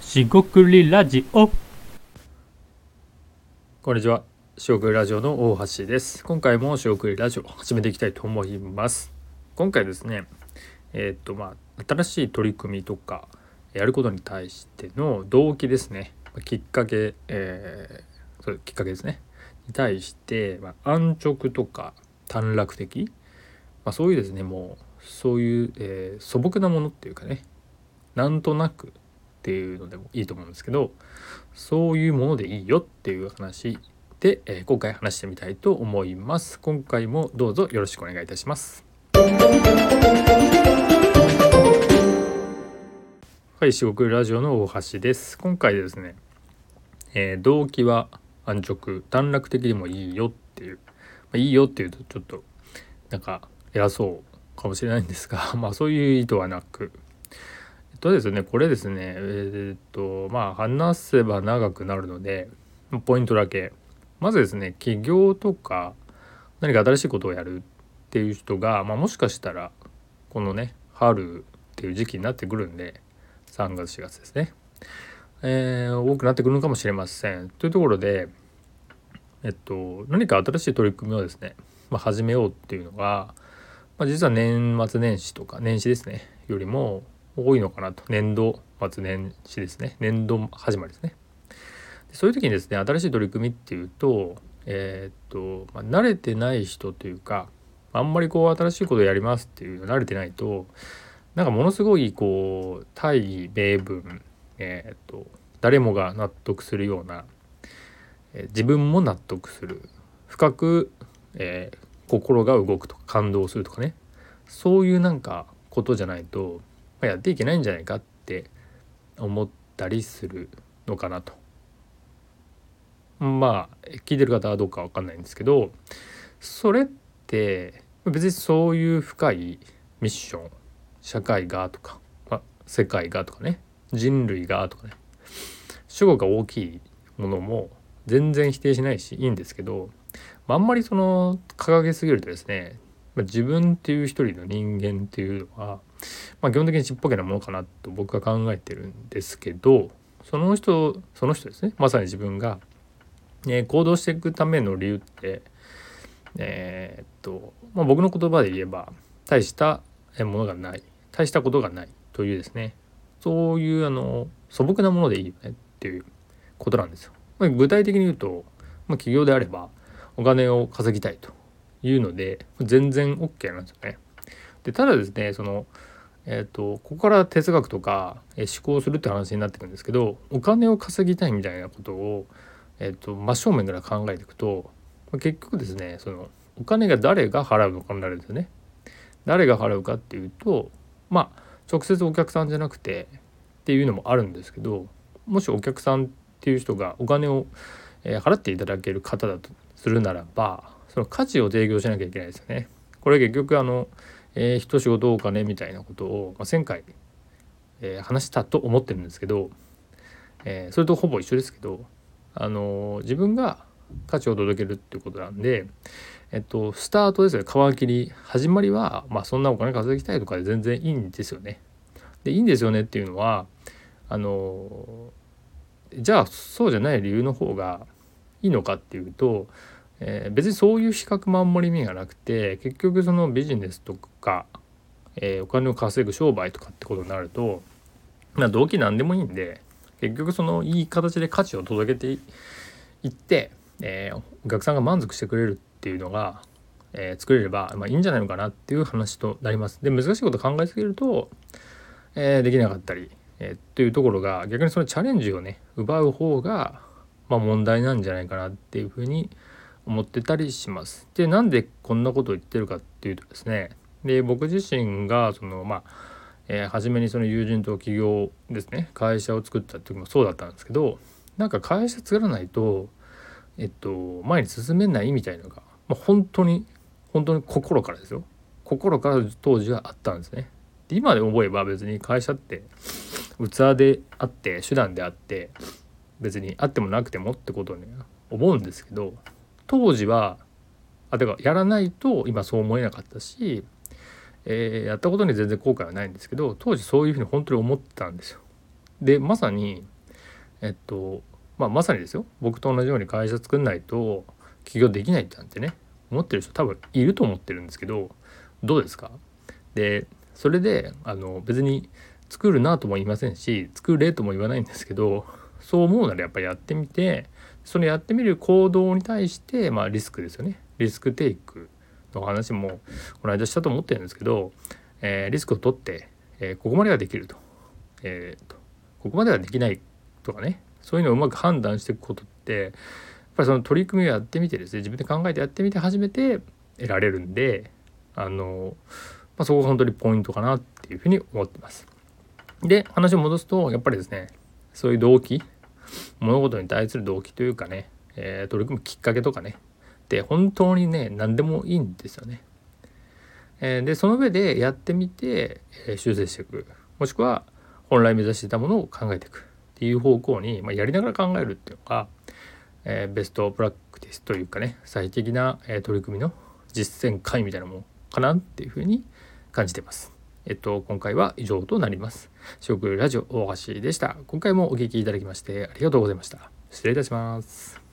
しごくりラジオ。 こんにちは。しごくりラジオの大橋です。今回もしごくりラジオを始めていきたいと思います。今回ですね、新しい取り組みとかやることに対しての動機ですね。きっかけ、そういうきっかけですね。に対して、安直とか短絡的、そういうですね、もうそういう、素朴なものっていうかね、なんとなくっていうのでもいいと思うんですけど、そういうものでいいよっていう話で、今回話してみたいと思います。今回もどうぞよろしくお願いいたします。はい、四国ラジオの大橋です。今回ですね、動機は安直短絡的でもいいよっていう、いいよっていうとちょっとなんか偉そうかもしれないんですがそういう意図はなく、ですね、これですね、話せば長くなるのでポイントだけ。まずですね、起業とか何か新しいことをやるっていう人が、もしかしたらこのね春っていう時期になってくるんで、3月4月ですね、多くなってくるのかもしれません。というところで、何か新しい取り組みをですね、始めようっていうのが、実は年末年始とか年始ですねよりも多いのかなと。年度末年始ですね、年度始まりですね。そういう時にですね、新しい取り組みっていうと、慣れてない人というか、あんまり新しいことをやりますっていうの慣れてないと、なんかものすごい大義名分、誰もが納得するような、自分も納得する、深く、心が動くとか感動するとかね、そういうなんかことじゃないと、やっていけないんじゃないかって思ったりするのかなと。聞いてる方はどうか分かんないんですけど、それって別にそういう深いミッション、社会がとか、世界がとかね、人類がとかね、主語が大きいものも全然否定しないしいいんですけど、あんまり掲げすぎるとですね、自分っていう一人の人間っていうのは、基本的にちっぽけなものかなと僕は考えてるんですけど、その人ですね、まさに自分が行動していくための理由って、僕の言葉で言えば大したものがない、大したことがないというですね、そういう素朴なものでいいよねっていうことなんですよ。具体的に言うと、企業であればお金を稼ぎたいというので全然 OK なんですよね。でただですね、ここから哲学とか思考するって話になってくるんですけど、お金を稼ぎたいみたいなことを真正面から考えていくと、結局ですね、お金が誰が払うのかになるんですよね。誰が払うかっていうと、直接お客さんじゃなくてっていうのもあるんですけど、もしお客さんっていう人がお金を払っていただける方だとするならば、その価値を提供しなきゃいけないですよね。これ結局一仕事お金みたいなことを、1000回、話したと思ってるんですけど、それとほぼ一緒ですけど、自分が価値を届けるっていうことなんで、スタートですよね、皮切り始まりは、そんなお金稼ぎたいとかで全然いいんですよね。でいいんですよねっていうのは、じゃあそうじゃない理由の方がいいのかっていうと、別にそういう比較もあんまり意味がなくて、結局そのビジネスとか、お金を稼ぐ商売とかってことになると、動機なんでもいいんで、結局いい形で価値を届けていって、お客さんが満足してくれるっていうのが、作れれば、いいんじゃないのかなっていう話となります。で難しいこと考えすぎると、できなかったり、っていうところが、逆にそのチャレンジをね奪う方が、問題なんじゃないかなっていうふうに思ってたりします。でなんでこんなことを言ってるかっていうとですね、で僕自身が初めに友人と起業ですね、会社を作った時もそうだったんですけど、なんか会社作らないと前に進めないみたいなのが、本当に心からですよ、心から当時はあったんですね。で今で思えば別に会社って器であって手段であって、別にあってもなくてもってことに思うんですけど、当時はてかやらないと今そう思えなかったし、やったことに全然後悔はないんですけど、当時そういうふうに本当に思ってたんですよ。でまさにまさにですよ、僕と同じように会社作んないと起業できないなんてね思ってる人多分いると思ってるんですけど、どうですか？でそれで別に作るなとも言いませんし、作れとも言わないんですけど、そう思うならやっぱりやってみて、そのやってみる行動に対して、リスクですよね、リスクテイクの話もこの間したと思ってるんですけど、リスクを取って、ここまではできると、ここまではできないとかね、そういうのをうまく判断していくことって、やっぱりその取り組みをやってみてですね、自分で考えてやってみて初めて得られるんで、そこが本当にポイントかなっていうふうに思ってます。で話を戻すと、やっぱりですね、そういう動機、物事に対する動機というかね、取り組むきっかけとかねで本当にね何でもいいんですよね。でその上でやってみて、修正していく、もしくは本来目指していたものを考えていくっていう方向に、やりながら考えるっていうのが、ベストプラクティスというかね、最適な、取り組みの実践会みたいなものかなっていうふうに感じています。今回は以上となります。四国ラジオ大橋でした。今回もお聞きいただきましてありがとうございました。失礼いたします。